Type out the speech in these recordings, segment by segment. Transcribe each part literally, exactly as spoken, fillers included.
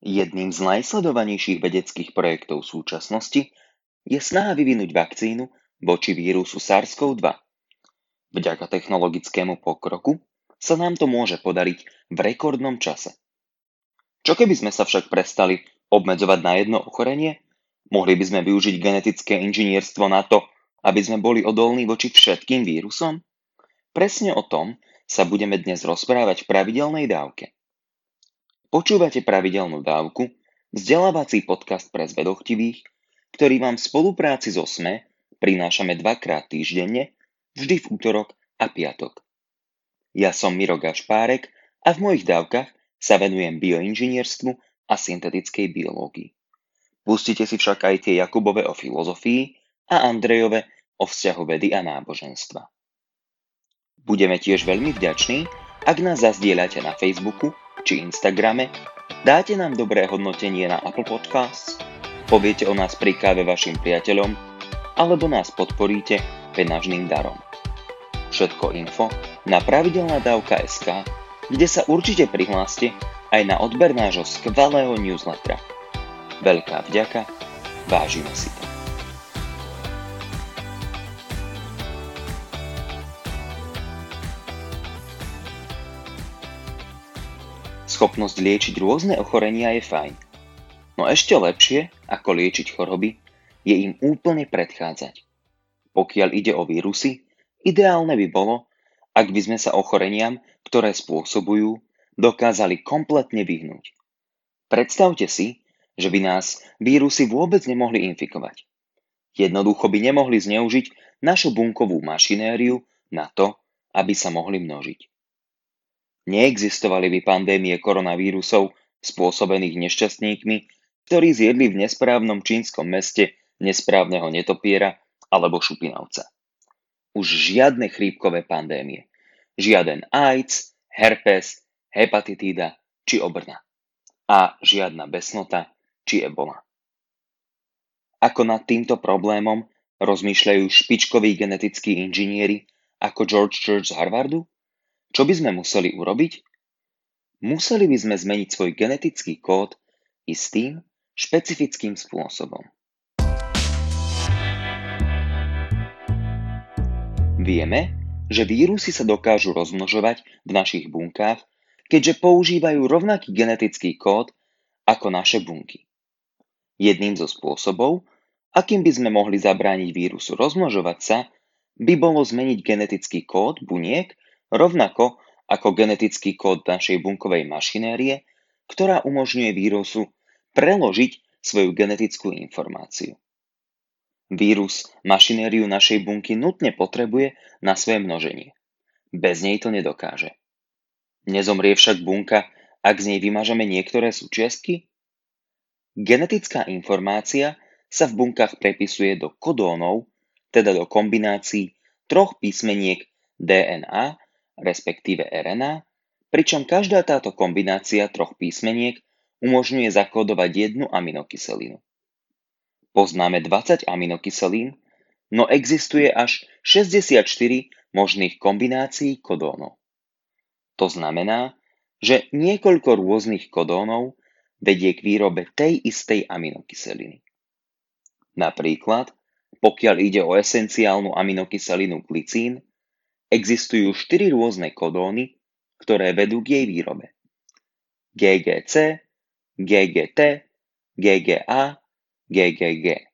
Jedným z najsledovanejších vedeckých projektov v súčasnosti je snaha vyvinúť vakcínu voči vírusu SARS-cov dva. Vďaka technologickému pokroku sa nám to môže podariť v rekordnom čase. Čo keby sme sa však prestali obmedzovať na jedno ochorenie? Mohli by sme využiť genetické inžinierstvo na to, aby sme boli odolní voči všetkým vírusom? Presne o tom sa budeme dnes rozprávať v pravidelnej dávke. Počúvate pravidelnú dávku, vzdelávací podcast pre zvedochtivých, ktorý vám v spolupráci so es em e prinášame dvakrát týždenne, vždy v útorok a piatok. Ja som Miro Gašpárek a v mojich dávkach sa venujem bioinžinierstvu a syntetickej biológii. Pustite si však aj tie Jakubove o filozofii a Andrejove o vzťahu vedy a náboženstva. Budeme tiež veľmi vďační, ak nás zazdieľate na Facebooku či Instagrame, dáte nám dobré hodnotenie na Apple Podcasts, poviete o nás pri káve vašim priateľom, alebo nás podporíte peňažným darom. Všetko info na pravidelná dávka bodka es ká, kde sa určite prihláste aj na odber nášho skvelého newslettera. Veľká vďaka, vážime si to. Schopnosť liečiť rôzne ochorenia je fajn, no ešte lepšie ako liečiť choroby je im úplne predchádzať. Pokiaľ ide o vírusy, ideálne by bolo, ak by sme sa ochoreniam, ktoré spôsobujú, dokázali kompletne vyhnúť. Predstavte si, že by nás vírusy vôbec nemohli infikovať. Jednoducho by nemohli zneužiť našu bunkovú mašinériu na to, aby sa mohli množiť. Neexistovali by pandémie koronavírusov spôsobených nešťastníkmi, ktorí zjedli v nesprávnom čínskom meste nesprávneho netopiera alebo šupinavca. Už žiadne chrípkové pandémie, žiaden AIDS, herpes, hepatitída či obrna. A žiadna besnota či ebola. Ako nad týmto problémom rozmýšľajú špičkoví genetickí inžinieri ako George Church z Harvardu? Čo by sme museli urobiť? Museli by sme zmeniť svoj genetický kód istým, špecifickým spôsobom. Vieme, že vírusy sa dokážu rozmnožovať v našich bunkách, keďže používajú rovnaký genetický kód ako naše bunky. Jedným zo spôsobov, akým by sme mohli zabrániť vírusu rozmnožovať sa, by bolo zmeniť genetický kód buniek rovnako ako genetický kód našej bunkovej mašinérie, ktorá umožňuje vírusu preložiť svoju genetickú informáciu. Vírus mašinériu našej bunky nutne potrebuje na svoje množenie. Bez nej to nedokáže. Nezomrie však bunka, ak z nej vymažeme niektoré súčiastky? Genetická informácia sa v bunkách prepisuje do kodónov, teda do kombinácií troch písmeniek dé en á, respektíve er en á, pričom každá táto kombinácia troch písmeniek umožňuje zakódovať jednu aminokyselinu. Poznáme dvadsať aminokyselín, no existuje až šesťdesiatštyri možných kombinácií kodónov. To znamená, že niekoľko rôznych kodónov vedie k výrobe tej istej aminokyseliny. Napríklad, pokiaľ ide o esenciálnu aminokyselinu glycín, existujú štyri rôzne kodóny, ktoré vedú k jej výrobe. gé gé cé, gé gé té, gé gé á, gé gé gé.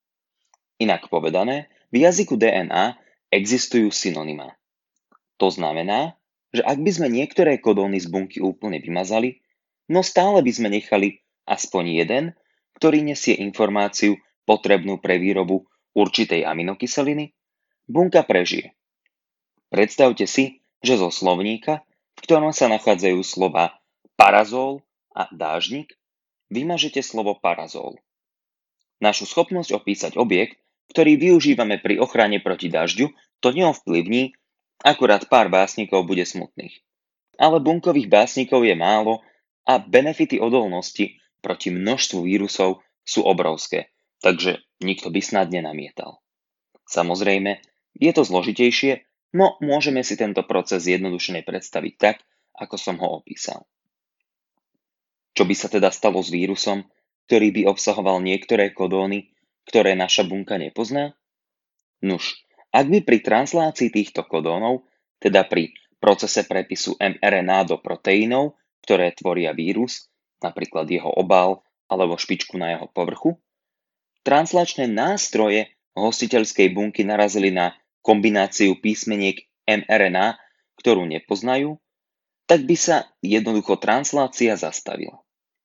Inak povedané, v jazyku dé en á existujú synonymá. To znamená, že ak by sme niektoré kodóny z bunky úplne vymazali, no stále by sme nechali aspoň jeden, ktorý nesie informáciu potrebnú pre výrobu určitej aminokyseliny, bunka prežije. Predstavte si, že zo slovníka, v ktorom sa nachádzajú slova parazól a dážnik, vymažete slovo parazól. Našu schopnosť opísať objekt, ktorý využívame pri ochrane proti dažďu, to neovplyvní, akurát pár básnikov bude smutných. Ale bunkových básnikov je málo a benefity odolnosti proti množstvu vírusov sú obrovské, takže nikto by snad nenamietal. Samozrejme, je to zložitejšie, no môžeme si tento proces zjednodušene predstaviť tak, ako som ho opísal. Čo by sa teda stalo s vírusom, ktorý by obsahoval niektoré kodóny, ktoré naša bunka nepozná? Nuž, ak by pri translácii týchto kodónov, teda pri procese prepisu em er en á do proteínov, ktoré tvoria vírus, napríklad jeho obal alebo špičku na jeho povrchu, translačné nástroje hostiteľskej bunky narazili na kombináciu písmeniek em er en á, ktorú nepoznajú, tak by sa jednoducho translácia zastavila.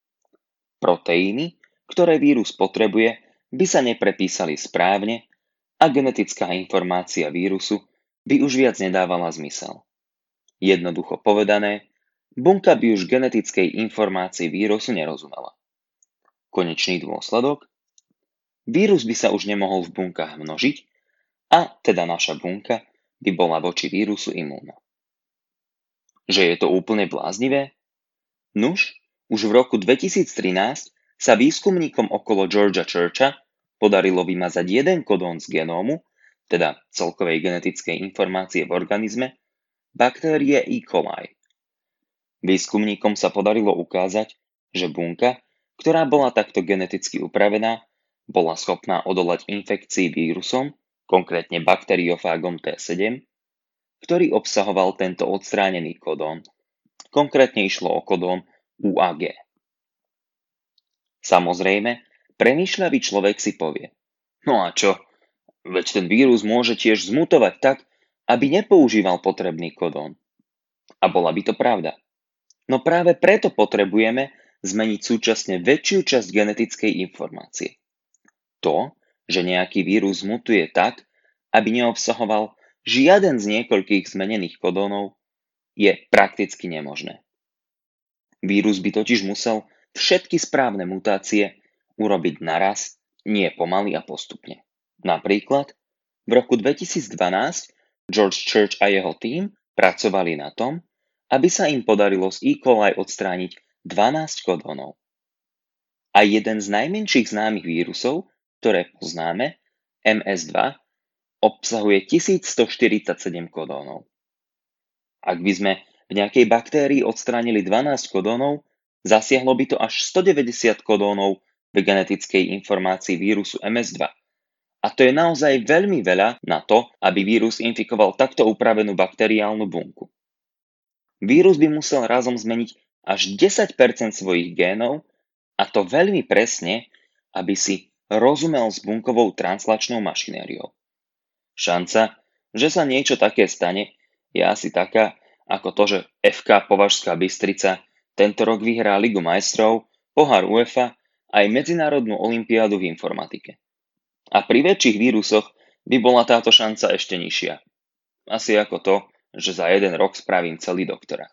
Proteíny, ktoré vírus potrebuje, by sa neprepísali správne a genetická informácia vírusu by už viac nedávala zmysel. Jednoducho povedané, bunka by už genetickej informácii vírusu nerozumela. Konečný dôsledok? Vírus by sa už nemohol v bunkách množiť a teda naša bunka by bola voči vírusu imúnna. Že je to úplne bláznivé? Nuž, už v roku dvetisíctrinásť sa výskumníkom okolo Georgia Churcha podarilo vymazať jeden kodón z genómu, teda celkovej genetickej informácie v organizme, baktérie E. coli. Výskumníkom sa podarilo ukázať, že bunka, ktorá bola takto geneticky upravená, bola schopná odolať infekcii vírusom, konkrétne bakteriofágom té sedem, ktorý obsahoval tento odstránený kodón. Konkrétne išlo o kodón ú á gé. Samozrejme, premýšľavý človek si povie, no a čo, veď ten vírus môže tiež zmutovať tak, aby nepoužíval potrebný kodón. A bola by to pravda. No práve preto potrebujeme zmeniť súčasne väčšiu časť genetickej informácie. To, že nejaký vírus mutuje tak, aby neobsahoval žiaden z niekoľkých zmenených kodónov, je prakticky nemožné. Vírus by totiž musel všetky správne mutácie urobiť naraz, nie pomaly a postupne. Napríklad, v roku dvetisícdvanásť George Church a jeho tím pracovali na tom, aby sa im podarilo z E. coli odstrániť dvanásť kodónov. A jeden z najmenších známych vírusov, ktoré poznáme, em es dva, obsahuje tisícstoštyridsaťsedem kodónov. Ak by sme v nejakej baktérii odstránili dvanásť kodónov, zasiahlo by to až stodeväťdesiat kodónov v genetickej informácii vírusu em es dva. A to je naozaj veľmi veľa na to, aby vírus infikoval takto upravenú bakteriálnu bunku. Vírus by musel razom zmeniť až desať percent svojich génov, a to veľmi presne, aby si rozumel s bunkovou translačnou mašinériou. Šanca, že sa niečo také stane, je asi taká, ako to, že ef ká Považská Bystrica tento rok vyhrá Ligu majstrov, pohár UEFA aj medzinárodnú olympiádu v informatike. A pri väčších vírusoch by bola táto šanca ešte nižšia. Asi ako to, že za jeden rok spravím celý doktorát.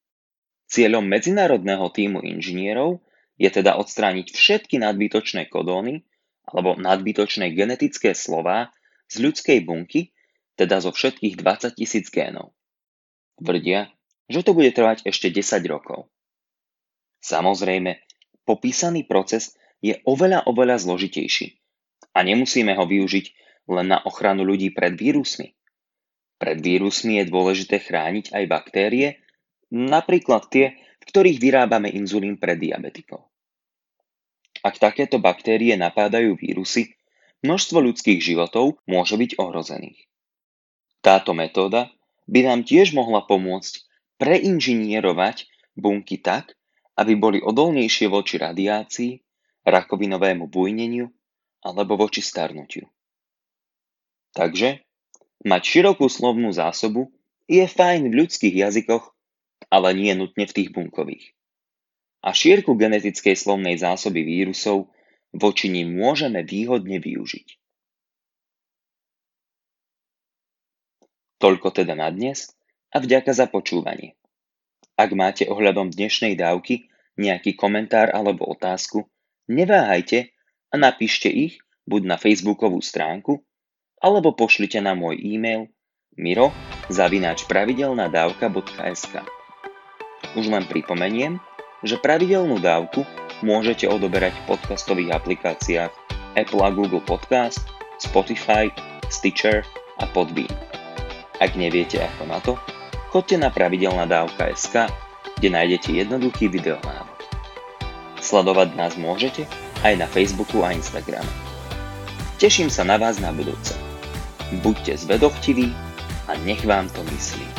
Cieľom medzinárodného tímu inžinierov je teda odstrániť všetky nadbytočné kodóny alebo nadbytočné genetické slová z ľudskej bunky, teda zo všetkých dvadsaťtisíc génov. Tvrdia, že to bude trvať ešte desať rokov. Samozrejme, popísaný proces je oveľa, oveľa zložitejší a nemusíme ho využiť len na ochranu ľudí pred vírusmi. Pred vírusmi je dôležité chrániť aj baktérie, napríklad tie, v ktorých vyrábame inzulín pre diabetikov. Ak takéto baktérie napádajú vírusy, množstvo ľudských životov môže byť ohrozených. Táto metóda by nám tiež mohla pomôcť preinžinierovať bunky tak, aby boli odolnejšie voči radiácii, rakovinovému bujneniu alebo voči starnutiu. Takže mať širokú slovnú zásobu je fajn v ľudských jazykoch, ale nie nutne v tých bunkových. A šírku genetickej slovnej zásoby vírusov voči nim môžeme výhodne využiť. Toľko teda na dnes a vďaka za počúvanie. Ak máte ohľadom dnešnej dávky nejaký komentár alebo otázku, neváhajte a napíšte ich buď na facebookovú stránku, alebo pošlite na môj e-mail miro zavináč pravidelná dávka bodka es ká. Už len pripomeniem, že pravidelnú dávku môžete odoberať v podcastových aplikáciách Apple a Google Podcast, Spotify, Stitcher a Podbean. Ak neviete ako na to, choďte na pravidelná dávka bodka es ká, kde nájdete jednoduchý videonávod. Sledovať nás môžete aj na Facebooku a Instagrame. Teším sa na vás na budúce. Buďte zvedochtiví a nech vám to myslí.